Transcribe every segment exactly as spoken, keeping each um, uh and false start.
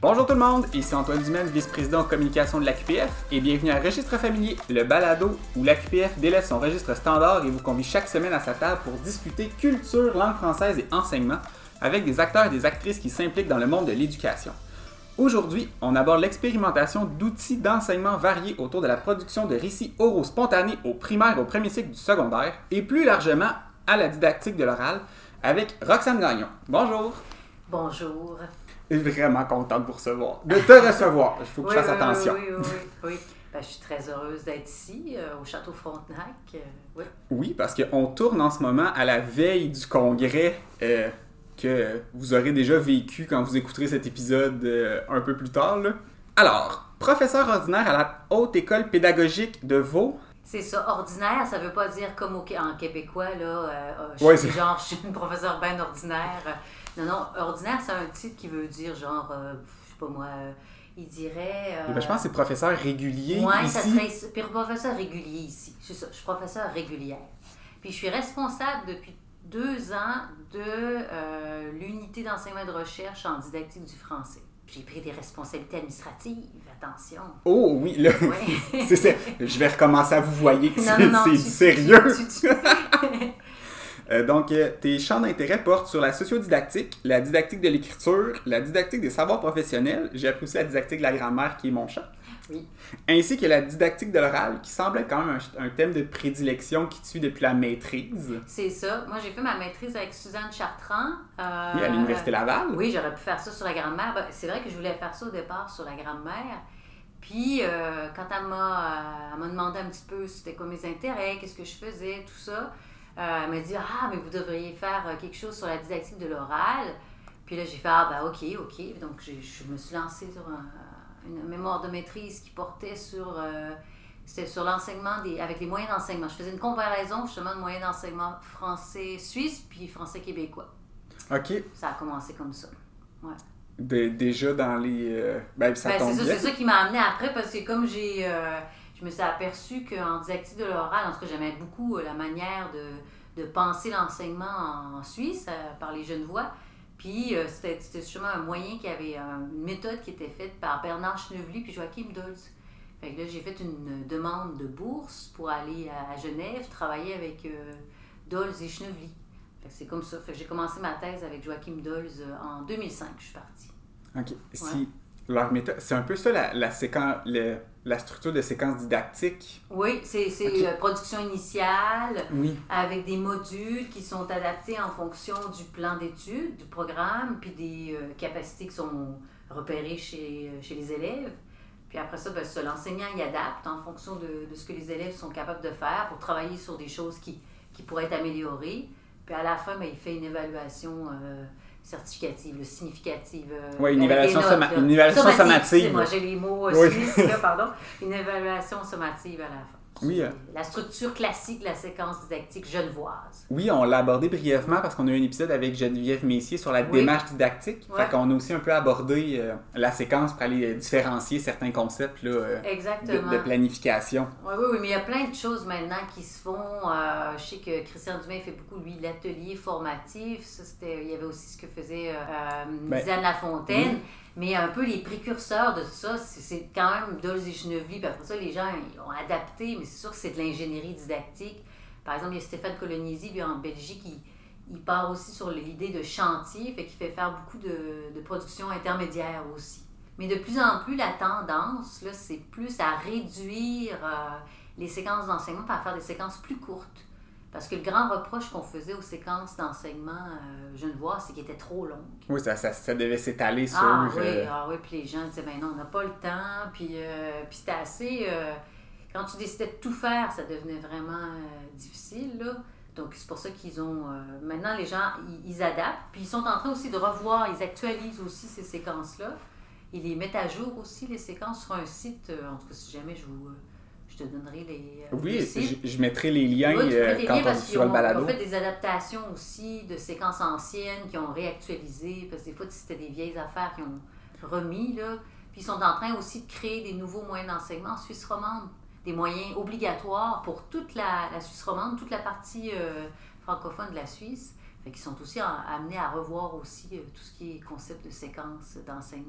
Bonjour tout le monde, ici Antoine Dumaine, vice-président en communication de l'A Q P F, et bienvenue à Registre familier, le balado où l'A Q P F délaisse son registre standard et vous convie chaque semaine à sa table pour discuter culture, langue française et enseignement avec des acteurs et des actrices qui s'impliquent dans le monde de l'éducation. Aujourd'hui, on aborde l'expérimentation d'outils d'enseignement variés autour de la production de récits oraux spontanés au primaire et au premier cycle du secondaire, et plus largement à la didactique de l'oral, avec Roxane Gagnon. Bonjour! Bonjour! Je suis vraiment contente de vous recevoir, de te recevoir. Il faut que oui, je fasse oui, attention. Oui, oui, oui. oui. Ben, je suis très heureuse d'être ici, euh, au Château Frontenac. Euh, oui. oui, parce qu'on tourne en ce moment à la veille du congrès euh, que vous aurez déjà vécu quand vous écouterez cet épisode euh, un peu plus tard. Là. Alors, professeur ordinaire à la Haute École pédagogique de Vaud. C'est ça, ordinaire, ça veut pas dire comme au, en québécois, là, euh, je ouais, suis c'est... genre, je suis une professeure bien ordinaire. Non, non, ordinaire, c'est un titre qui veut dire genre, euh, je sais pas moi, euh, il dirait... Euh... Ben, je pense que c'est professeur régulier ouais, ici. Oui, ça serait... Puis professeur régulier ici, c'est ça, je suis professeure régulière. Puis je suis responsable depuis deux ans de euh, l'unité d'enseignement et de recherche en didactique du français. J'ai pris des responsabilités administratives, attention. Oh oui, là, ouais. c'est ça. Je vais recommencer à vous voyer. Non, c'est non, non, c'est tu, sérieux. Tu, tu, tu. euh, donc, euh, tes champs d'intérêt portent sur la sociodidactique, la didactique de l'écriture, la didactique des savoirs professionnels. J'ai appris aussi la didactique de la grammaire, qui est mon champ. Oui. Ainsi que la didactique de l'oral, qui semble être quand même un, un thème de prédilection qui te suit depuis la maîtrise. C'est ça. Moi, j'ai fait ma maîtrise avec Suzanne Chartrand. Euh, oui, à l'Université Laval. Oui, j'aurais pu faire ça sur la grammaire. Ben, c'est vrai que je voulais faire ça au départ sur la grammaire. Puis, euh, quand elle m'a, elle m'a demandé un petit peu c'était quoi mes intérêts, qu'est-ce que je faisais, tout ça, euh, elle m'a dit « Ah, mais vous devriez faire quelque chose sur la didactique de l'oral. » Puis là, j'ai fait « Ah, ben OK, OK. » Donc, je, je me suis lancée sur un... une mémoire de maîtrise qui portait sur, euh, c'était sur l'enseignement des, avec les moyens d'enseignement. Je faisais une comparaison justement de moyens d'enseignement français-suisse puis français-québécois. OK. Ça a commencé comme ça. Ouais. De, déjà dans les... Euh, ben, ça ben, tombe c'est ça, bien. c'est ça qui m'a amené après parce que comme j'ai... Euh, je me suis aperçue qu'en didactique de l'oral, en tout cas, j'aimais beaucoup la manière de, de penser l'enseignement en, en Suisse euh, par les Genevois. Puis euh, c'était, c'était justement un moyen qui avait euh, une méthode qui était faite par Bernard Schneuvely puis Joachim Dolz. Fait que là, j'ai fait une demande de bourse pour aller à, à Genève travailler avec euh, Dolz et Schneuvely. Fait que c'est comme ça. Fait que j'ai commencé ma thèse avec Joachim Dolz euh, en deux mille cinq, je suis partie. OK. Si ouais. leur méthode, c'est un peu ça la, la séquence, le, la structure de séquence didactique. Oui, c'est, c'est okay. euh, production initiale, oui. avec des modules qui sont adaptés en fonction du plan d'études, du programme, puis des euh, capacités qui sont repérées chez, chez les élèves. Puis après ça, ben, ça, l'enseignant y adapte en fonction de, de ce que les élèves sont capables de faire pour travailler sur des choses qui, qui pourraient être améliorées. Puis à la fin, ben, il fait une évaluation euh, certificative, là, significative. Euh, oui, une évaluation, notes, soma- une évaluation sommative. sommative. Moi, j'ai les mots oui. suisses, là, pardon. Une évaluation sommative à la fin. Oui. Euh... La structure classique de la séquence didactique genevoise. Oui, on l'a abordé brièvement parce qu'on a eu un épisode avec Geneviève Messier sur la oui. démarche didactique. Ouais. Fait qu'on a aussi un peu abordé euh, la séquence pour aller différencier certains concepts là, euh, Exactement. De, de planification. Oui, oui, oui, mais il y a plein de choses maintenant qui se font. Euh, je sais que Christian Dumais fait beaucoup, lui, l'atelier formatif. Ça, c'était, il y avait aussi ce que faisait euh, ben, Diane Lafontaine. Oui. Mais un peu les précurseurs de ça, c'est, c'est quand même Dolz et Schneuvely. Puis après ça, les gens ils ont adapté, mais c'est sûr que c'est de l'ingénierie didactique. Par exemple, il y a Stéphane Colonisi, lui, en Belgique, il, il part aussi sur l'idée de chantier, fait qu'il fait faire beaucoup de, de production intermédiaire aussi. Mais de plus en plus, la tendance, là, c'est plus à réduire euh, les séquences d'enseignement pour faire des séquences plus courtes. Parce que le grand reproche qu'on faisait aux séquences d'enseignement euh, genevois, c'est qu'elles étaient trop longues. Oui, ça, ça, ça devait s'étaler sur... Ah oui, euh... ah oui, puis les gens disaient, ben non, on n'a pas le temps, puis, euh, puis c'était assez... Euh, quand tu décidais de tout faire, ça devenait vraiment euh, difficile, là. Donc, c'est pour ça qu'ils ont... Euh, maintenant, les gens, ils, ils adaptent, puis ils sont en train aussi de revoir, ils actualisent aussi ces séquences-là. Ils les mettent à jour aussi, les séquences, sur un site. Euh, en tout cas, si jamais je vous... Euh, je te donnerai les euh, Oui, les sites. Je, je mettrai les liens oui, euh, les quand liens on parce est sur le balado. Ils ont fait des adaptations aussi de séquences anciennes qui ont réactualisé, parce que des fois, c'était des vieilles affaires qui ont remis, là. Puis ils sont en train aussi de créer des nouveaux moyens d'enseignement en Suisse romande, des moyens obligatoires pour toute la, la Suisse romande, toute la partie euh, francophone de la Suisse. Fait qu'ils sont aussi en, amenés à revoir aussi euh, tout ce qui est concept de séquence d'enseignement.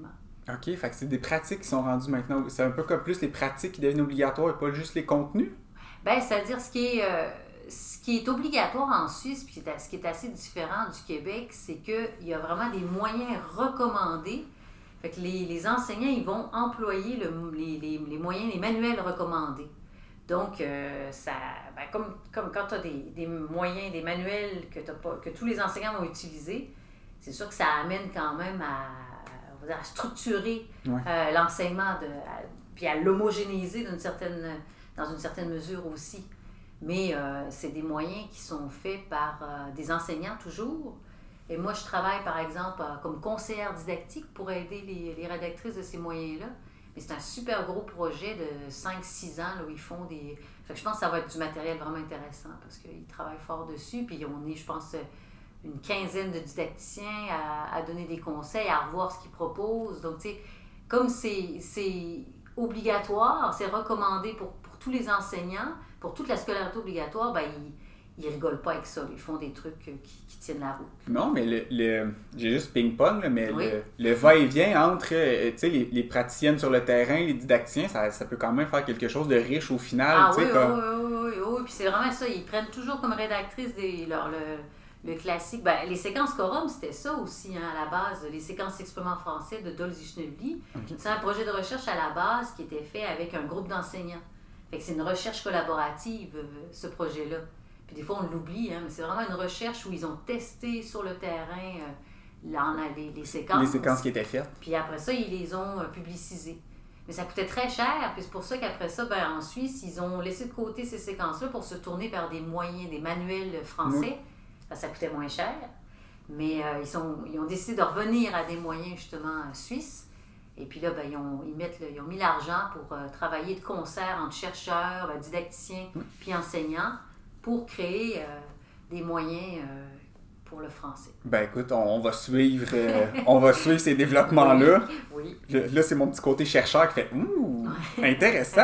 OK, fait que c'est des pratiques qui sont rendues maintenant. C'est un peu comme plus les pratiques qui deviennent obligatoires et pas juste les contenus? Bien, c'est-à-dire ce qui est, euh, ce qui est obligatoire en Suisse, puis ce qui est assez différent du Québec, c'est qu'il y a vraiment des moyens recommandés. Fait que les, les enseignants, ils vont employer le, les, les, les moyens, les manuels recommandés. Donc, euh, ça, ben, comme, comme quand tu as des, des moyens, des manuels que, t'as pas, que tous les enseignants vont utiliser, c'est sûr que ça amène quand même à, on va dire, à structurer ouais. euh, l'enseignement, de, à, puis à l'homogénéiser d'une certaine, dans une certaine mesure aussi. Mais euh, c'est des moyens qui sont faits par euh, des enseignants toujours. Et moi, je travaille, par exemple, euh, comme conseillère didactique pour aider les, les rédactrices de ces moyens-là. Mais c'est un super gros projet de cinq six ans là, où ils font des... Fait que je pense que ça va être du matériel vraiment intéressant parce qu'ils travaillent fort dessus. Puis on est, je pense, une quinzaine de didacticiens à, à donner des conseils, à revoir ce qu'ils proposent. Donc, tu sais, comme c'est, c'est obligatoire, c'est recommandé pour, pour tous les enseignants, pour toute la scolarité obligatoire, ben ils... Ils rigolent pas avec ça. Ils font des trucs qui, qui tiennent la route. Non, mais le, le j'ai juste ping-pong, là, mais oui. le, le va-et-vient entre tu sais, les, les praticiennes sur le terrain, les didacticiens, ça, ça peut quand même faire quelque chose de riche au final. Ah oui, oui, comme... oui, oui, oui, oui, oui. Puis c'est vraiment ça. Ils prennent toujours comme rédactrice des, leur, le, le classique. Ben, les séquences Quorum, c'était ça aussi, hein, à la base. Les séquences s'expriment en français de Dol Zichnevli. Okay. C'est un projet de recherche à la base qui était fait avec un groupe d'enseignants. Fait que c'est une recherche collaborative, ce projet-là. Puis des fois, on l'oublie, hein, mais c'est vraiment une recherche où ils ont testé sur le terrain euh, là, les, les séquences. Les séquences qui étaient faites. Puis après ça, ils les ont euh, publicisées. Mais ça coûtait très cher, puis c'est pour ça qu'après ça, ben, en Suisse, ils ont laissé de côté ces séquences-là pour se tourner vers des moyens, des manuels français. Oui. Ça, ça coûtait moins cher. Mais euh, ils, sont, ils ont décidé de revenir à des moyens, justement, suisses. Et puis là, ben, ils, ont, ils, mettent, ils ont mis l'argent pour euh, travailler de concert entre chercheurs, ben, didacticiens, oui. puis enseignants, pour créer euh, des moyens euh, pour le français. Ben écoute, on, on va suivre euh, on va suivre ces développements-là. Oui. oui. Le, là, c'est mon petit côté chercheur qui fait « Ouh, intéressant! »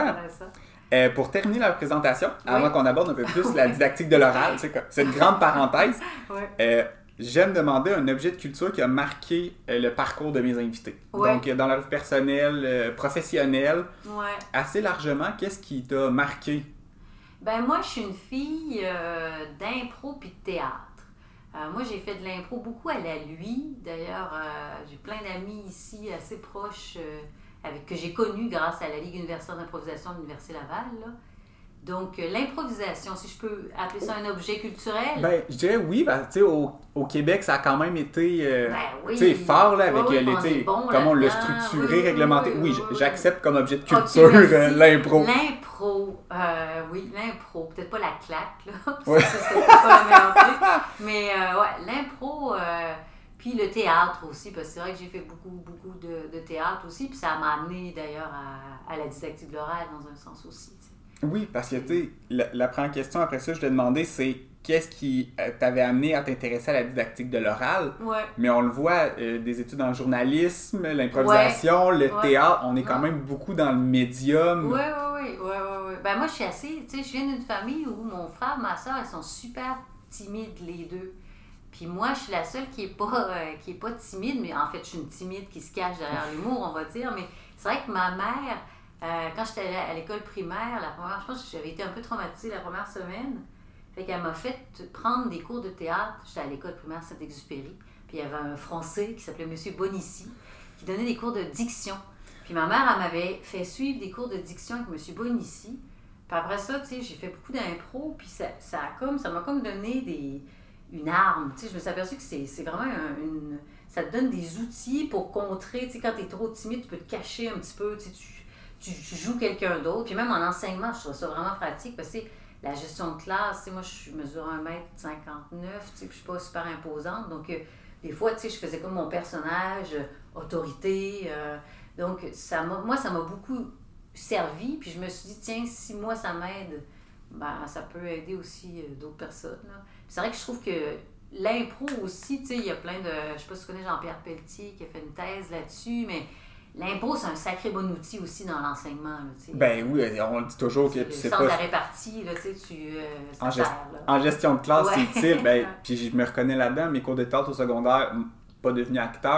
euh, Pour terminer la présentation, oui. avant qu'on aborde un peu plus la didactique de l'oral, c'est cette grande parenthèse, oui. euh, j'aime demander un objet de culture qui a marqué euh, le parcours de mes invités. Oui. Donc, dans leur vie personnelle, euh, professionnelle, oui. assez largement, qu'est-ce qui t'a marqué? Ben moi, je suis une fille euh, d'impro puis de théâtre. Euh, moi, j'ai fait de l'impro beaucoup à la Lui. D'ailleurs, euh, j'ai plein d'amis ici assez proches euh, avec, que j'ai connus grâce à la Ligue universitaire d'improvisation de l'Université Laval. Là. Donc, euh, l'improvisation, si je peux appeler ça un objet culturel. Ben, je dirais oui, ben, tu sais, au, au Québec, ça a quand même été euh, ben, oui. tu sais, fort, là, avec oui, oui, les, bon comment on l'a structuré, oui, réglementé. Oui, oui, oui, oui, j'accepte oui. comme objet de culture okay, euh, l'impro. L'impro, euh, oui, l'impro. Peut-être pas la claque, là. Ouais. Ça, c'était pas le meilleur truc. Mais, euh, ouais, l'impro, euh, puis le théâtre aussi, parce que c'est vrai que j'ai fait beaucoup, beaucoup de, de théâtre aussi, puis ça m'a amené d'ailleurs à, à la didactique de l'oral dans un sens aussi. T'sais. Oui, parce que, tu sais, la, la première question après ça, je te demandais, c'est qu'est-ce qui t'avait amené à t'intéresser à la didactique de l'oral? Ouais. Mais on le voit, euh, des études en journalisme, l'improvisation, ouais. le ouais. théâtre, on est quand ouais. même beaucoup dans le médium. Oui, oui, oui, oui, oui. Ben moi, je suis assez, tu sais, je viens d'une famille où mon frère, ma soeur, elles sont super timides les deux. Puis moi, je suis la seule qui est pas, euh, qui est pas timide, mais en fait, je suis une timide qui se cache derrière l'humour, on va dire. Mais c'est vrai que ma mère... Euh, quand j'étais à l'école primaire, la première, je pense que j'avais été un peu traumatisée la première semaine. Fait qu'elle m'a fait prendre des cours de théâtre. J'étais à l'école primaire Saint-Exupéry. Puis il y avait un Français qui s'appelait M. Bonissi, qui donnait des cours de diction. Puis ma mère, elle m'avait fait suivre des cours de diction avec M. Bonissi. Puis après ça, tu sais, j'ai fait beaucoup d'impro. Puis ça, ça, a comme, ça m'a comme donné des, une arme. Tu sais, je me suis aperçue que c'est, c'est vraiment un, une... Ça te donne des outils pour contrer. Tu sais, quand t'es trop timide, tu peux te cacher un petit peu. Tu sais, tu... Tu, tu joues quelqu'un d'autre. Puis même en enseignement, je trouve ça vraiment pratique parce que la gestion de classe, moi je mesure un mètre cinquante-neuf, puis je suis pas super imposante. Donc, euh, des fois, tu sais, je faisais comme mon personnage, euh, autorité. Euh, donc, ça m'a, moi, ça m'a beaucoup servi. Puis je me suis dit, tiens, si moi, ça m'aide, ben, ça peut aider aussi euh, d'autres personnes. Là. Puis c'est vrai que je trouve que l'impro aussi, tu sais, il y a plein de... Je sais pas si tu connais Jean-Pierre Pelletier qui a fait une thèse là-dessus, mais... L'impro, c'est un sacré bon outil aussi dans l'enseignement. Là, ben oui, on dit toujours que tu sais pas... Le sens de la répartie, là, tu sais, euh, ça en, sert, gest... là. En gestion de classe, ouais. c'est utile. Ben, puis je me reconnais là-dedans. Mes cours de théâtre au secondaire, pas devenu acteur,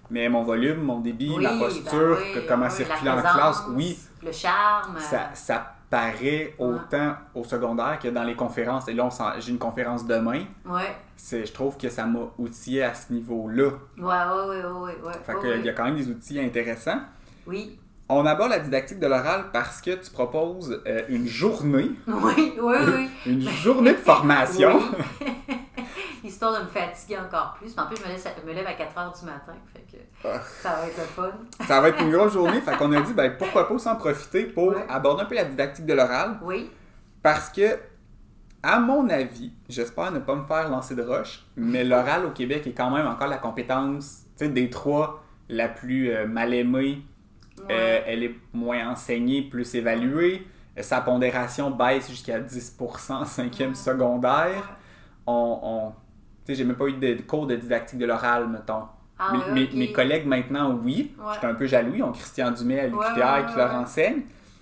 mais mon volume, mon débit, oui, ma posture, ben oui, que, comment oui, circuler en classe, oui. Le charme. Ça, ça paraît autant ouais. au secondaire que dans les conférences. Et là, on j'ai une conférence demain. Ouais. C'est, je trouve que ça m'a outillé à ce niveau-là. Ouais, ouais, ouais, ouais. ouais fait ouais, que, ouais. il y a quand même des outils intéressants. Oui. On aborde la didactique de l'oral parce que tu proposes euh, une journée. Oui, oui, oui. une journée de formation. Oui. Histoire de me fatiguer encore plus. Mais en plus, je me, laisse, je me lève à quatre heures du matin. Fait que ah. ça va être le fun. Ça va être une grosse journée. Fait qu'on a dit, ben, pourquoi pas s'en profiter pour oui. aborder un peu la didactique de l'oral. Oui. Parce que, à mon avis, j'espère ne pas me faire lancer de roche, mais l'oral au Québec est quand même encore la compétence, tu sais, des trois, la plus euh, mal aimée. Ouais. Euh, elle est moins enseignée, plus évaluée. Sa pondération baisse jusqu'à dix pour cent en cinquième ouais. secondaire. Ouais. On, on, tu sais, j'ai même pas eu de cours de didactique de l'oral, mettons. Ah, mes, ouais, mes, okay. mes collègues maintenant, oui. Ouais. J'étais un peu jaloux. Ils ont Christian Dumais à l'U Q T R ouais, ouais, qui leur ouais. enseigne.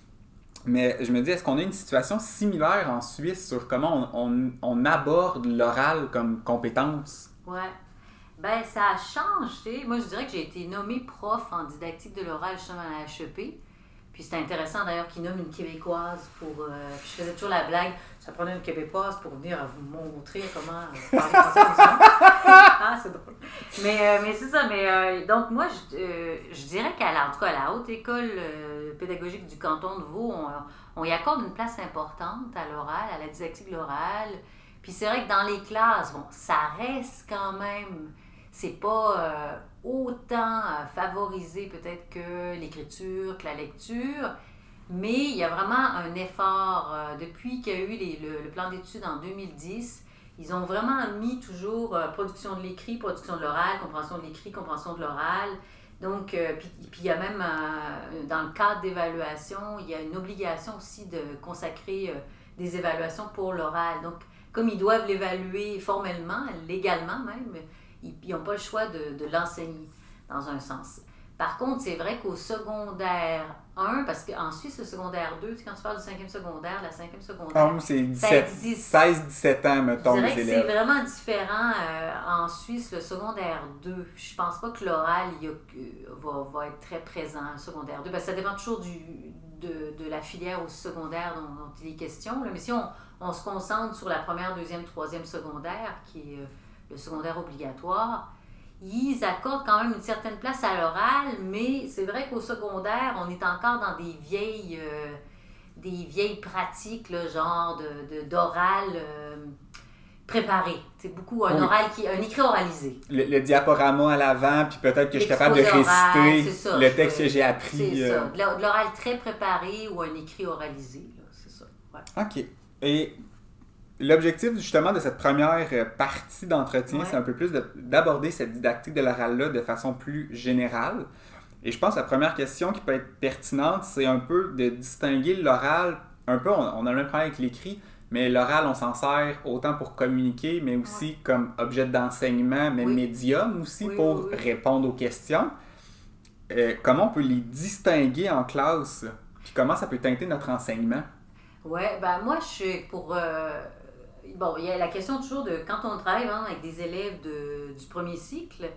Mais je me dis, est-ce qu'on a une situation similaire en Suisse sur comment on, on, on aborde l'oral comme compétence? Ouais. Ben, ça a changé. Moi, je dirais que j'ai été nommée prof en didactique de l'oral justement à la H E P. Puis c'était intéressant d'ailleurs qu'ils nomment une Québécoise pour... Euh, puis je faisais toujours la blague, ça prenait une Québécoise pour venir vous montrer comment euh, parler français aux gens. Ah, c'est drôle. Mais, euh, mais c'est ça. Mais, euh, donc moi, je, euh, je dirais qu'à la, en tout cas, à la Haute École euh, pédagogique du canton de Vaud, on, on y accorde une place importante à l'oral, à la didactique de l'oral. Puis c'est vrai que dans les classes, bon, ça reste quand même... C'est pas euh, autant euh, favorisé peut-être que l'écriture, que la lecture, mais il y a vraiment un effort. Euh, depuis qu'il y a eu les, le, le plan d'études en deux mille dix, ils ont vraiment mis toujours euh, production de l'écrit, production de l'oral, compréhension de l'écrit, compréhension de l'oral. Donc, euh, puis, puis il y a même, euh, dans le cadre d'évaluation, il y a une obligation aussi de consacrer euh, des évaluations pour l'oral. Donc, comme ils doivent l'évaluer formellement, légalement même, ils n'ont pas le choix de, de l'enseigner, dans un sens. Par contre, c'est vrai qu'au secondaire un, parce qu'en Suisse, le secondaire deux, quand tu parles du cinquième secondaire, la cinquième secondaire... Ah, c'est seize dix-sept ans, mettons, les élèves. Je dirais que c'est vraiment différent euh, en Suisse, le secondaire deux. Je pense pas que l'oral il y a, euh, va, va être très présent, le secondaire deux, parce que ça dépend toujours du, de, de la filière au secondaire dont, dont il est question. Là. Mais si on, on se concentre sur la première, deuxième, troisième secondaire, qui est... Euh, le secondaire obligatoire, ils accordent quand même une certaine place à l'oral, mais c'est vrai qu'au secondaire, on est encore dans des vieilles, euh, des vieilles pratiques, là, genre de, de, d'oral euh, préparé. C'est beaucoup un, oui. oral qui, un écrit oralisé. Le, le diaporama à l'avant, puis peut-être que je suis capable de réciter ça, le texte que j'ai appris. C'est euh... ça, de l'oral très préparé ou un écrit oralisé, là, c'est ça. Ouais. OK. Et... l'objectif, justement, de cette première partie d'entretien, ouais. c'est un peu plus de, d'aborder cette didactique de l'oral-là de façon plus générale. Et je pense que la première question qui peut être pertinente, c'est un peu de distinguer l'oral, un peu, on, on a le même problème avec l'écrit, mais l'oral, on s'en sert autant pour communiquer, mais aussi ouais. comme objet d'enseignement, mais oui. médium aussi oui, pour oui, oui. répondre aux questions. Euh, comment on peut les distinguer en classe? Puis comment ça peut teinter notre enseignement? Oui, ben moi, je suis pour... Euh... Bon, il y a la question toujours de quand on travaille hein, avec des élèves de, du premier cycle,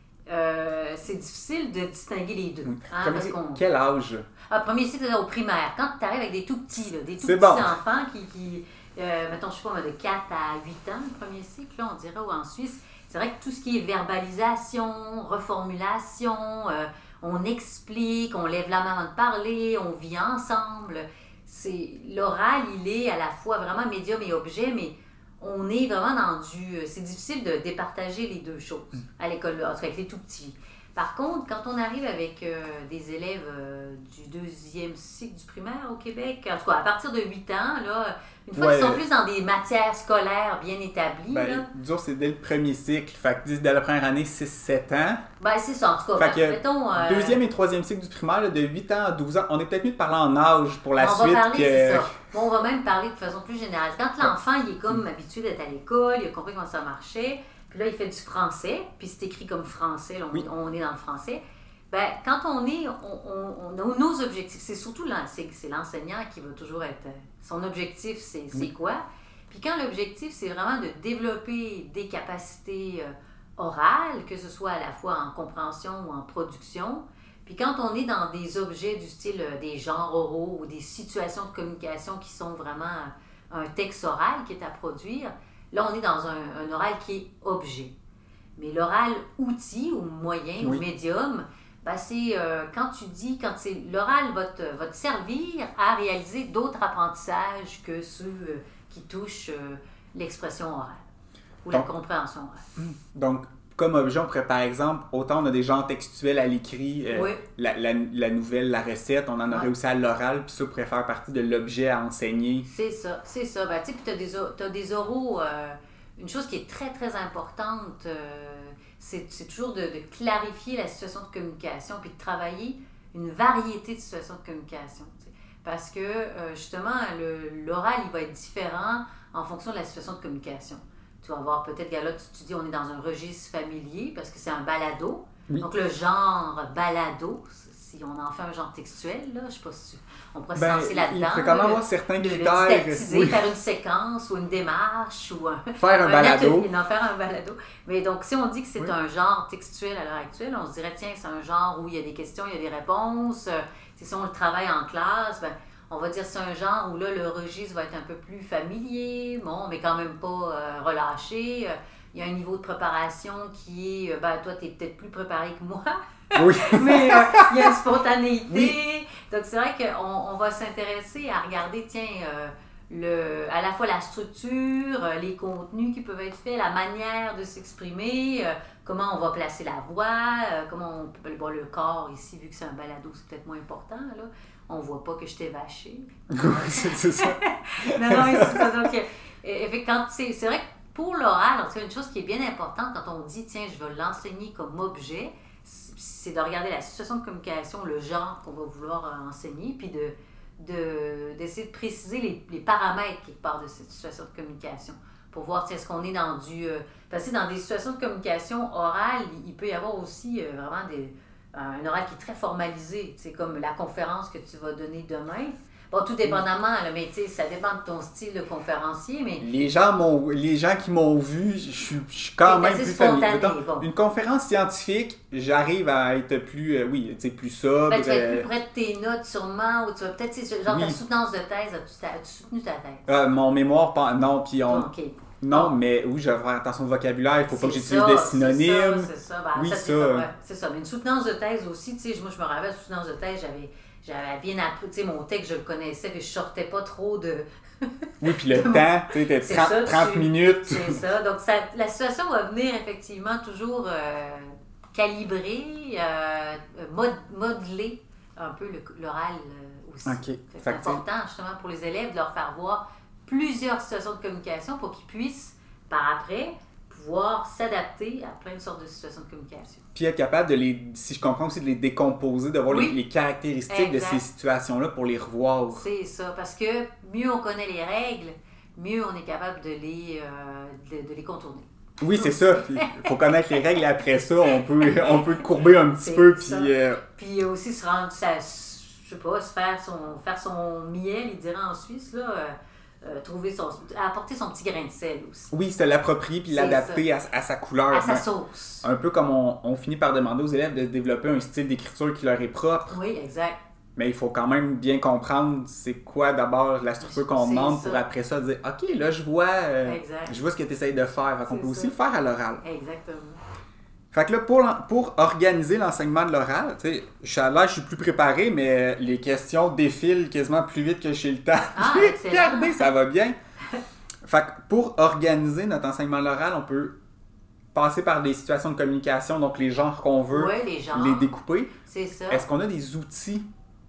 euh, c'est difficile de distinguer les deux. Hein, premier, parce qu'on... Quel âge? Ah, premier cycle, c'est au primaire. Quand tu arrives avec des tout petits, là, des tout c'est petits bon. enfants qui, qui euh, mettons, je sais pas, de quatre à huit ans, le premier cycle, là, on dirait, ou en Suisse, c'est vrai que tout ce qui est verbalisation, reformulation, euh, on explique, on lève la main avant de parler, on vit ensemble. C'est, l'oral, il est à la fois vraiment médium et objet, mais on est vraiment dans du... C'est difficile de départager les deux choses à l'école, en tout cas avec les tout-petits. Par contre, quand on arrive avec euh, des élèves euh, du deuxième cycle du primaire au Québec, en tout cas à partir de huit ans, là, une fois ouais. qu'ils sont plus dans des matières scolaires bien établies... Ben, là, disons c'est dès le premier cycle, fait que dès la première année, six sept ans. Ben c'est ça, en tout cas. Fait que, mettons, euh, deuxième et troisième cycle du primaire, là, de huit ans à douze ans, on est peut-être mieux de parler en âge pour la on suite. Va parler, que... c'est ça. Bon, on va même parler de façon plus générale. Quand l'enfant il est comme habitué d'être à l'école, il a compris comment ça marchait, puis là il fait du français, puis c'est écrit comme français, là, on, oui. on est dans le français. Ben, quand on est, on, on, on a nos objectifs, c'est surtout c'est, c'est l'enseignant qui va toujours être, son objectif c'est, c'est oui. quoi? Puis quand l'objectif c'est vraiment de développer des capacités orale, que ce soit à la fois en compréhension ou en production. Puis quand on est dans des objets du style euh, des genres oraux ou des situations de communication qui sont vraiment un texte oral qui est à produire, là on est dans un, un oral qui est objet. Mais l'oral outil ou moyen oui. ou médium, ben c'est euh, quand tu dis, quand c'est l'oral va te, va te servir à réaliser d'autres apprentissages que ceux euh, qui touchent euh, l'expression orale ou donc, la compréhension orale. Donc, comme objet, on pourrait par exemple, autant on a des genres textuels à l'écrit, euh, oui. la, la, la nouvelle, la recette, on en aurait oui. aussi à l'oral, puis ça pourrait faire partie de l'objet à enseigner. C'est ça, c'est ça. Ben, tu sais, puis tu as des, t'as des oraux, euh, une chose qui est très, très importante, euh, c'est, c'est toujours de, de clarifier la situation de communication, puis de travailler une variété de situations de communication. Tu sais. Parce que, euh, justement, le, l'oral, il va être différent en fonction de la situation de communication. Tu vas voir peut-être que là, tu, tu dis on est dans un registre familier parce que c'est un balado. Oui. Donc, le genre balado, si on en fait un genre textuel, là, je ne sais pas si on pourrait ben, se lancer là-dedans. Il faut quand même avoir certains critères. Oui. Faire une séquence ou une démarche ou un, faire un, un balado. Atelier, non, faire un balado. Mais donc, si on dit que c'est oui. un genre textuel à l'heure actuelle, on se dirait, tiens, c'est un genre où il y a des questions, il y a des réponses. Si on le travaille en classe, ben, on va dire que c'est un genre où là, le registre va être un peu plus familier, bon, mais quand même pas euh, relâché. Il y a un niveau de préparation qui est, ben, toi, tu es peut-être plus préparé que moi. Oui. Mais euh, il y a une spontanéité. Oui. Donc, c'est vrai qu'on on va s'intéresser à regarder, tiens, euh, le, à la fois la structure, les contenus qui peuvent être faits, la manière de s'exprimer, euh, comment on va placer la voix, euh, comment on peut, bon, le corps ici, vu que c'est un balado, c'est peut-être moins important, là. On ne voit pas que je t'ai vaché. c'est, c'est ça. non, non, c'est ça. Donc, euh, quand c'est, c'est vrai que pour l'oral, en tout cas, une chose qui est bien importante quand on dit, tiens, je vais l'enseigner comme objet, c'est de regarder la situation de communication, le genre qu'on va vouloir enseigner, puis de, de, d'essayer de préciser les, les paramètres quelque part de cette situation de communication pour voir, tiens, est-ce qu'on est dans du... Euh, parce que dans des situations de communication orale, il peut y avoir aussi euh, vraiment des... un oral qui est très formalisé, c'est comme la conférence que tu vas donner demain. Bon, tout dépendamment, là, mais tu sais, ça dépend de ton style de conférencier, mais... Les gens, m'ont, les gens qui m'ont vu, je suis, je suis quand même plus familier. Bon. Une conférence scientifique, j'arrive à être plus, euh, oui, tu sais, plus sobre. Ben, tu vas être plus près de tes notes, sûrement, ou tu vas peut-être, genre, oui. ta soutenance de thèse, as-tu, as-tu soutenu ta thèse? Euh, mon mémoire, non, puis on... Okay. Non, oh. mais oui, je vais faire attention au vocabulaire, il ne faut pas que j'utilise ça, des synonymes. C'est ça, c'est ça. Ben, oui, ça, ça. C'est, pas, ouais, c'est ça. Mais une soutenance de thèse aussi, tu sais, moi, je me rappelle, soutenance de thèse, j'avais, j'avais bien appris, tu sais, mon texte, je le connaissais, mais je sortais pas trop de... oui, puis le temps, tu sais, t'as trente, trente minutes. C'est ça. Donc, ça, la situation va venir effectivement toujours euh, calibrer, euh, mod, modeler un peu le, l'oral euh, aussi. OK. C'est important, justement, pour les élèves, de leur faire voir plusieurs situations de communication pour qu'ils puissent, par après, pouvoir s'adapter à plein de sortes de situations de communication. Puis être capable de les, si je comprends aussi, de les décomposer, de voir oui. les, les caractéristiques exact. De ces situations-là pour les revoir. C'est ça, parce que mieux on connaît les règles, mieux on est capable de les, euh, de, de les contourner. Oui, c'est ça. Il faut connaître les règles et après ça, on peut, on peut courber un petit c'est peu. Puis, euh... puis aussi se rendre, ça, je sais pas, se faire son, faire son miel, il dirait en Suisse, là. Euh, Euh, trouver son, apporter son petit grain de sel aussi. Oui, c'est l'approprier puis c'est l'adapter à, à sa couleur. À sa sauce. Un peu comme on, on finit par demander aux élèves de développer un style d'écriture qui leur est propre. Oui, exact. Mais il faut quand même bien comprendre c'est quoi d'abord la structure qu'on c'est demande ça. Pour après ça dire « OK, là, je vois, euh, je vois ce que tu essayes de faire. » Fait qu'on peut ça. Aussi le faire à l'oral. Exactement. Fait que là, pour, pour organiser l'enseignement de l'oral, tu sais, je suis à l'air, je suis plus préparé, mais les questions défilent quasiment plus vite que j'ai le temps. Ah, regardez, ça va bien. Fait que pour organiser notre enseignement de l'oral, on peut passer par des situations de communication, donc les genres qu'on veut, ouais, les, genres. les découper. C'est ça. Est-ce qu'on a des outils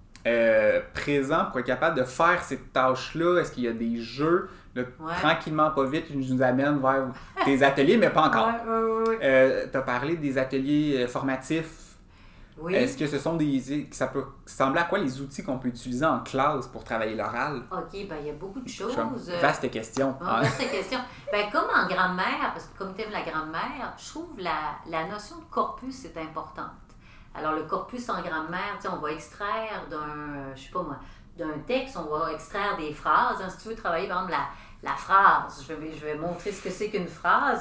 euh, présents pour être capable de faire ces tâches-là? Est-ce qu'il y a des jeux? Là, ouais. Tranquillement, pas vite, je nous amène vers tes ateliers, mais pas encore. Ouais, ouais, ouais. Euh, tu as parlé des ateliers formatifs. Oui. Est-ce que ce sont des... Ça peut ressembler à quoi les outils qu'on peut utiliser en classe pour travailler l'oral? OK, ben il y a beaucoup de choses. Vaste question. Ah, vaste question. Ben, comme en grammaire, parce que comme tu aimes la grammaire, je trouve la, la notion de corpus est importante. Alors, le corpus en grammaire, on va extraire d'un, je sais pas moi, d'un texte, on va extraire des phrases. Hein, si tu veux travailler, par exemple, la, la phrase, je vais, je vais montrer ce que c'est qu'une phrase,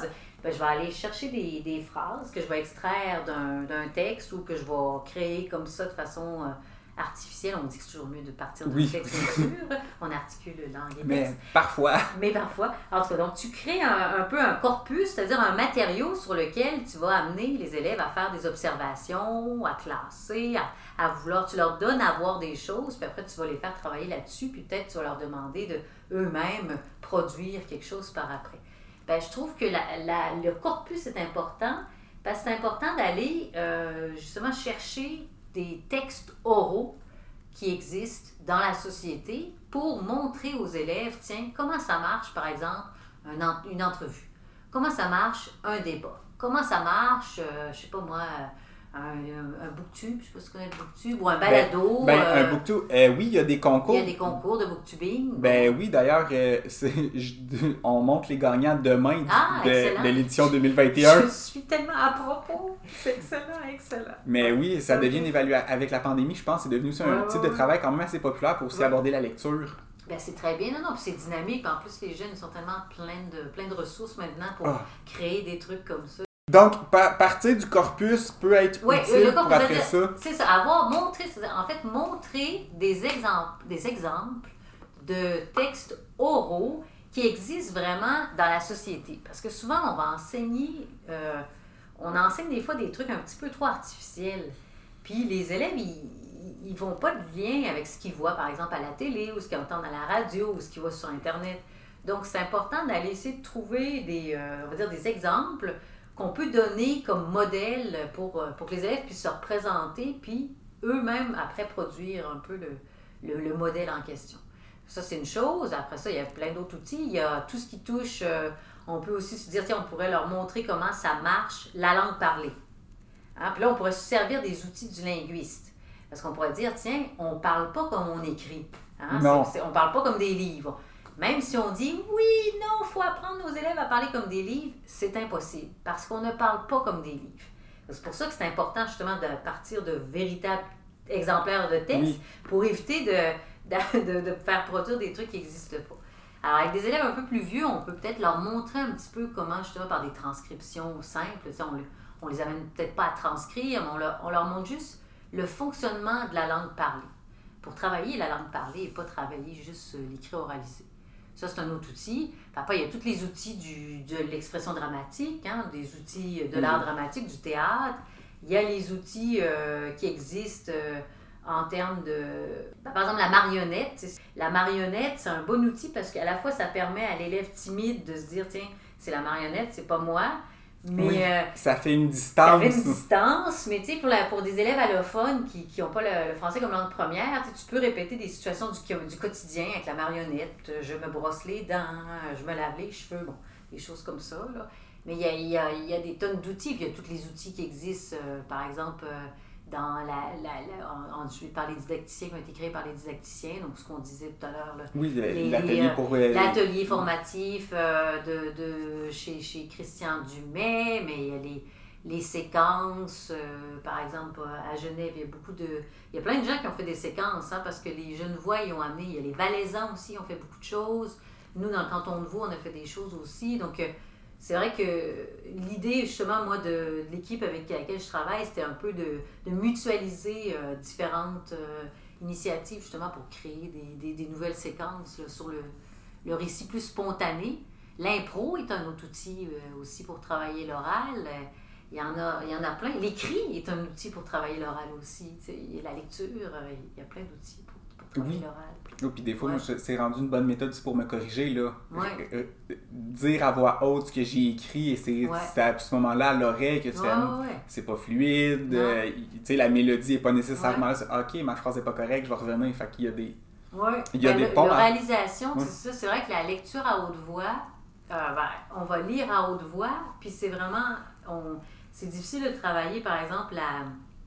ben, je vais aller chercher des, des phrases que je vais extraire d'un, d'un texte ou que je vais créer comme ça de façon euh, artificielle. On dit que c'est toujours mieux de partir d'un oui. texte, bien sûr. On articule langue et Mais texte. parfois. Mais parfois. En tout cas, donc tu crées un, un peu un corpus, c'est-à-dire un matériau sur lequel tu vas amener les élèves à faire des observations, à classer, à, à vouloir. Tu leur donnes à voir des choses, puis après tu vas les faire travailler là-dessus, puis peut-être tu vas leur demander de eux-mêmes produire quelque chose par après. Ben, je trouve que la, la, le corpus est important parce que c'est important d'aller euh, justement chercher des textes oraux qui existent dans la société pour montrer aux élèves, tiens, comment ça marche, par exemple, un, une entrevue. Comment ça marche, un débat. Comment ça marche, euh, je sais pas moi, un, un, un booktube, je sais pas si tu connais le booktube, ou un balado. Ben, ben euh, un booktube, euh, oui, il y a des concours. Il y a des concours de booktubing. Ben oui, d'ailleurs, euh, c'est, je, on montre les gagnants demain ah, de, de l'édition deux mille vingt et un. Je suis tellement à propos. C'est excellent, excellent. Mais oui, ça devient une évaluation. Avec la pandémie, je pense, c'est devenu aussi un ouais, type ouais. de travail quand même assez populaire pour aussi ouais. aborder la lecture. Ben, c'est très bien, non, non, puis c'est dynamique. En plus, les jeunes sont tellement pleins de, plein de ressources maintenant pour oh. créer des trucs comme ça. Donc, pa- partir du corpus peut être oui, utile le corpus, pour après ça. C'est ça, avoir montré, en fait, montrer des exemples, des exemples de textes oraux qui existent vraiment dans la société. Parce que souvent, on va enseigner, euh, on enseigne des fois des trucs un petit peu trop artificiels. Puis les élèves, ils ne vont pas de lien avec ce qu'ils voient, par exemple, à la télé, ou ce qu'ils entendent à la radio, ou ce qu'ils voient sur Internet. Donc, c'est important d'aller essayer de trouver des, euh, on va dire, des exemples qu'on peut donner comme modèle pour, pour que les élèves puissent se représenter, puis eux-mêmes, après, produire un peu le, le, le modèle en question. Ça, c'est une chose. Après ça, il y a plein d'autres outils. Il y a tout ce qui touche... Euh, on peut aussi se dire, tiens, on pourrait leur montrer comment ça marche, la langue parlée. Hein? Puis là, on pourrait se servir des outils du linguiste. Parce qu'on pourrait dire, tiens, on ne parle pas comme on écrit. Hein? Non. C'est, c'est, on ne parle pas comme des livres. Même si on dit, oui, non, il faut apprendre nos élèves à parler comme des livres, c'est impossible, parce qu'on ne parle pas comme des livres. C'est pour ça que c'est important, justement, de partir de véritables exemplaires de texte oui. pour éviter de, de, de, de faire produire des trucs qui n'existent pas. Alors, avec des élèves un peu plus vieux, on peut peut-être leur montrer un petit peu comment, justement, par des transcriptions simples, on ne les amène peut-être pas à transcrire, mais on leur, on leur montre juste le fonctionnement de la langue parlée. Pour travailler la langue parlée et pas travailler juste l'écrit oralisé. Ça, c'est un autre outil. Après, il y a tous les outils du, de l'expression dramatique, hein, des outils de l'art dramatique, du théâtre. Il y a les outils euh, qui existent euh, en termes de... Par exemple, la marionnette. La marionnette, c'est un bon outil parce qu'à la fois, ça permet à l'élève timide de se dire, tiens, c'est la marionnette, c'est pas moi. Mais, oui, euh, ça fait une distance. Ça fait une distance, mais tu sais, pour, la, pour des élèves allophones qui n'ont pas le, le français comme langue première, tu peux répéter des situations du, du quotidien avec la marionnette. Je me brosse les dents, je me lave les cheveux, bon, des choses comme ça. Là. Mais il y a, y, a, y a des tonnes d'outils, puis il y a tous les outils qui existent, euh, par exemple, euh, dans la, la, la en, je vais parler des didacticiens qui ont été créés par les didacticiens, donc ce qu'on disait tout à l'heure. Là, oui, les, l'atelier euh, pour... Euh, l'atelier formatif euh, de, de, chez, chez Christian Dumais, mais il y a les, les séquences, euh, par exemple, à Genève, il y a beaucoup de... Il y a plein de gens qui ont fait des séquences, hein, parce que les Genevois, ils ont amené, il y a les Valaisans aussi, ils ont fait beaucoup de choses. Nous, dans le canton de Vaud, on a fait des choses aussi, donc... Euh, c'est vrai que l'idée, justement, moi, de, de l'équipe avec laquelle je travaille, c'était un peu de, de mutualiser euh, différentes euh, initiatives, justement, pour créer des, des, des nouvelles séquences là, sur le, le récit plus spontané. L'impro est un autre outil euh, aussi pour travailler l'oral. Il y en a, il y en a plein. L'écrit est un outil pour travailler l'oral aussi. Il y a la lecture, il y a plein d'outils pour, pour travailler oui. l'oral. Oh, puis des fois, ouais. moi, c'est rendu une bonne méthode pour me corriger. Là. Ouais. Euh, euh, dire à voix haute ce que j'ai écrit, et c'est, ouais. c'est à ce moment-là à l'oreille que tu ouais, fais, ouais. c'est pas fluide, euh, la mélodie n'est pas nécessairement ouais. là. Ok, ma phrase n'est pas correcte, je vais revenir. Fait qu'il y a des. Ouais. Il y a ben, des le, ponts. L'oralisation, ouais. c'est ça. C'est vrai que la lecture à haute voix, euh, ben, on va lire à haute voix, puis c'est vraiment. On, c'est difficile de travailler, par exemple, la,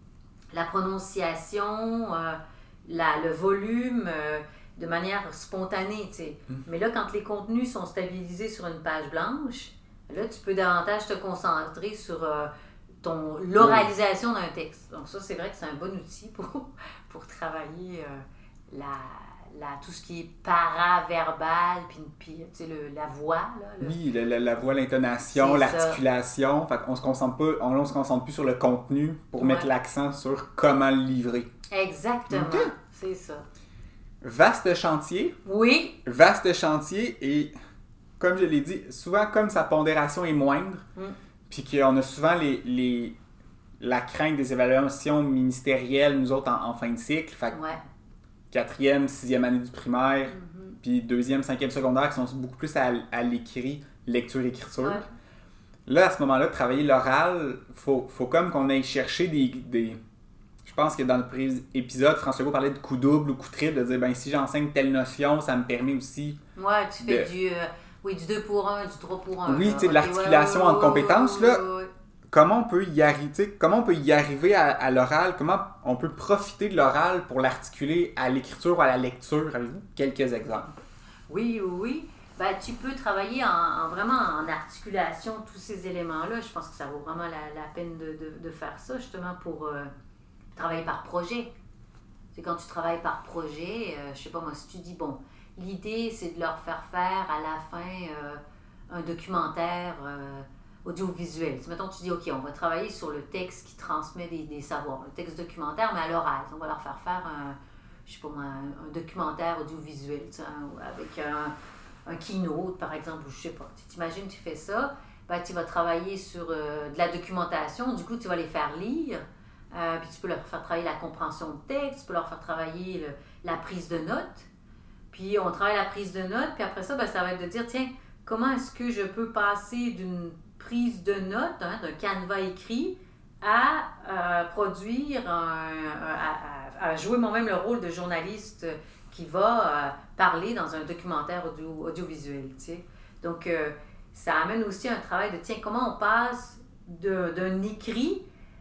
la prononciation, euh, la, le volume. Euh, de manière spontanée, tu sais. Mm. Mais là, quand les contenus sont stabilisés sur une page blanche, là, tu peux davantage te concentrer sur euh, ton, l'oralisation d'un texte. Donc ça, c'est vrai que c'est un bon outil pour, pour travailler euh, la, la, tout ce qui est paraverbal, puis, puis tu sais, le, la voix. Là, le... Oui, le, le, la voix, l'intonation, c'est l'articulation. Fait qu'on se concentre pas, on, on se concentre plus sur le contenu pour ouais. mettre l'accent sur comment le livrer. Exactement, okay. C'est ça. Vaste chantier. Oui. Vaste chantier et, comme je l'ai dit, souvent comme sa pondération est moindre, mm. puis qu'on a souvent les, les, la crainte des évaluations ministérielles, nous autres, en, en fin de cycle. Fait que ouais. quatrième, sixième année du primaire, mm-hmm. puis deuxième, cinquième secondaire, qui sont beaucoup plus à, à l'écrit, lecture-écriture. Ouais. Là, à ce moment-là, travailler l'oral, il faut, faut comme qu'on aille chercher des... des je pense que dans le premier épisode, François Legault parlait de coup double ou coup triple, de dire, ben si j'enseigne telle notion, ça me permet aussi... Ouais, tu fais de... du, euh, oui, du deux pour un, du trois pour un. Oui, tu sais, de l'articulation ouais, ouais, entre compétences, là. Ouais, ouais. Comment on peut y arriver, comment on peut y arriver à, à l'oral, comment on peut profiter de l'oral pour l'articuler à l'écriture ou à la lecture? Avez-vous quelques exemples? Oui, oui, oui. Ben, tu peux travailler en, en vraiment en articulation, tous ces éléments-là. Je pense que ça vaut vraiment la, la peine de, de, de faire ça, justement, pour... Euh, travailler par projet. C'est quand tu travailles par projet, euh, je sais pas moi, si tu dis, bon, l'idée c'est de leur faire faire à la fin euh, un documentaire euh, audiovisuel. Si, mettons, tu dis, OK, on va travailler sur le texte qui transmet des, des savoirs, le texte documentaire, mais à l'oral. On va leur faire faire un, je sais pas moi, un, un documentaire audiovisuel, avec un, un keynote, par exemple, ou je sais pas. Tu t'imagines, tu fais ça, ben, tu vas travailler sur euh, de la documentation, du coup, tu vas les faire lire. Euh, puis tu peux leur faire travailler la compréhension de texte, tu peux leur faire travailler le, la prise de notes. Puis on travaille la prise de notes, puis après ça, ben, ça va être de dire, tiens, comment est-ce que je peux passer d'une prise de notes, hein, d'un canevas écrit, à euh, produire, un, à, à, à jouer moi-même le rôle de journaliste qui va euh, parler dans un documentaire audio, audiovisuel. Tu sais. Donc, euh, ça amène aussi un travail de, tiens, comment on passe de, d'un écrit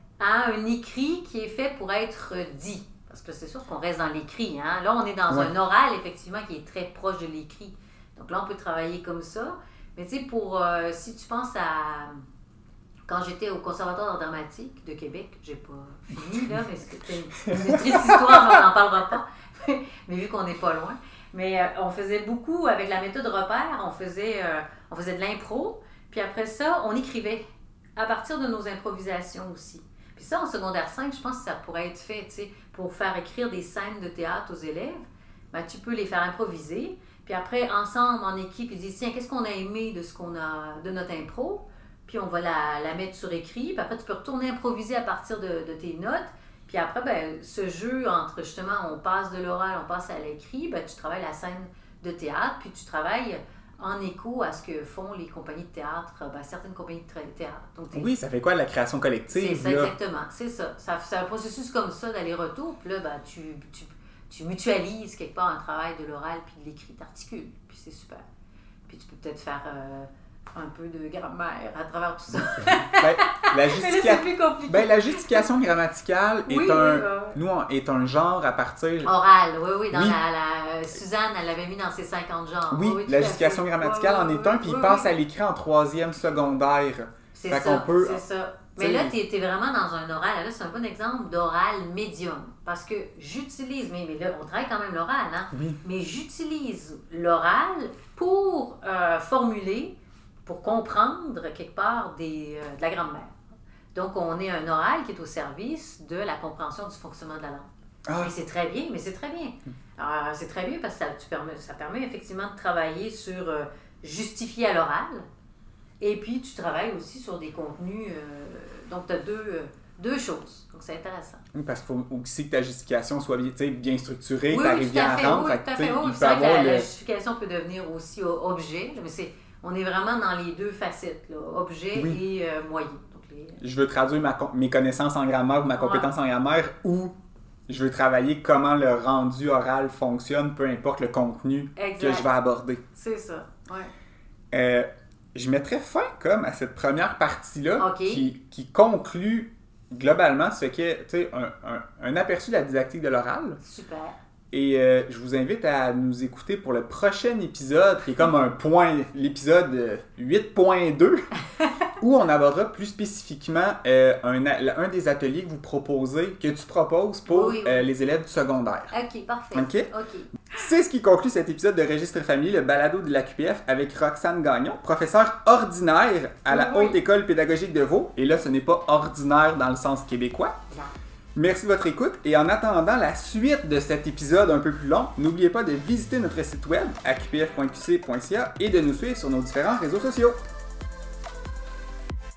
à un écrit qui est fait pour être dit. Parce que c'est sûr qu'on reste dans l'écrit. Hein? Là, on est dans ouais. un oral, effectivement, qui est très proche de l'écrit. Donc là, on peut travailler comme ça. Mais tu sais, pour euh, si tu penses à... Quand j'étais au Conservatoire d'art dramatique de Québec, j'ai pas fini, là, mais c'était une, une triste histoire, on n'en parlera pas. Mais vu qu'on n'est pas loin. Mais euh, on faisait beaucoup, avec la méthode repère, on faisait, euh, on faisait de l'impro. Puis après ça, on écrivait à partir de nos improvisations aussi. Puis ça, en secondaire cinq, je pense que ça pourrait être fait, tu sais, pour faire écrire des scènes de théâtre aux élèves. Ben, tu peux les faire improviser. Puis après, ensemble, en équipe, ils disent, tiens, qu'est-ce qu'on a aimé de ce qu'on a, de notre impro? Puis on va la, la mettre sur écrit. Puis après, tu peux retourner improviser à partir de, de tes notes. Puis après, ben, ce jeu entre, justement, on passe de l'oral, on passe à l'écrit, ben, tu travailles la scène de théâtre, puis tu travailles en écho à ce que font les compagnies de théâtre, ben, certaines compagnies de théâtre. Donc, oui, ça fait quoi la création collective? C'est ça, là? Exactement, c'est ça. ça. C'est un processus comme ça d'aller-retour, puis là, ben, tu, tu, tu mutualises quelque part un travail de l'oral puis de l'écrit, t'articules, puis c'est super. Puis tu peux peut-être faire euh, un peu de grammaire à travers tout ça. ben, la, justifica... Mais là, c'est plus compliqué. Ben, la justification grammaticale est, oui, un, euh... nous, est un genre à partir... Oral, oui, oui. Dans oui. La, la, Suzanne, elle l'avait mis dans ses cinquante genres. Oui, oui la justification grammaticale en est un, puis il passe à l'écrit en troisième secondaire. C'est fait ça, peut... c'est ça. Mais là, tu es vraiment dans un oral. Là, c'est un bon exemple d'oral médium. Parce que j'utilise, mais, mais là, on travaille quand même l'oral, hein? Oui. Mais j'utilise l'oral pour euh, formuler, pour comprendre quelque part des, euh, de la grammaire. Donc, on est un oral qui est au service de la compréhension du fonctionnement de la langue. Ah. Mais c'est très bien, mais c'est très bien. Alors, c'est très bien parce que ça, tu permets, ça permet effectivement de travailler sur euh, justifier à l'oral. Et puis, tu travailles aussi sur des contenus. Euh, donc, tu as deux, euh, deux choses. Donc, c'est intéressant. Oui, parce qu'il faut aussi que ta justification soit bien, bien structurée, oui, tu arrives bien à rendre. Oui, tout à fait. Oui, c'est vrai que la, le... la justification peut devenir aussi objet. Mais c'est, on est vraiment dans les deux facettes, là, objet oui. et euh, moyen. Donc, les... Je veux traduire ma, mes connaissances en grammaire ou ma compétence ouais. en grammaire ou je veux travailler comment le rendu oral fonctionne, peu importe le contenu exact. Que je vais aborder. C'est ça, oui. Euh, je mettrais fin comme à cette première partie-là okay. qui, qui conclut globalement ce qu'est un, un, un aperçu de la didactique de l'oral. Super. Et euh, je vous invite à nous écouter pour le prochain épisode, qui est comme un point, l'épisode huit point deux, où on abordera plus spécifiquement euh, un, un des ateliers que vous proposez, que tu proposes pour oui, oui. Euh, les élèves du secondaire. OK, parfait. OK? OK. C'est ce qui conclut cet épisode de Registre Familier, le balado de l'A Q P F avec Roxane Gagnon, professeure ordinaire à la oui. Haute École pédagogique de Vaud. Et là, ce n'est pas ordinaire dans le sens québécois. Non. Merci de votre écoute et en attendant la suite de cet épisode un peu plus long, n'oubliez pas de visiter notre site web a q p f point q c point c a et de nous suivre sur nos différents réseaux sociaux.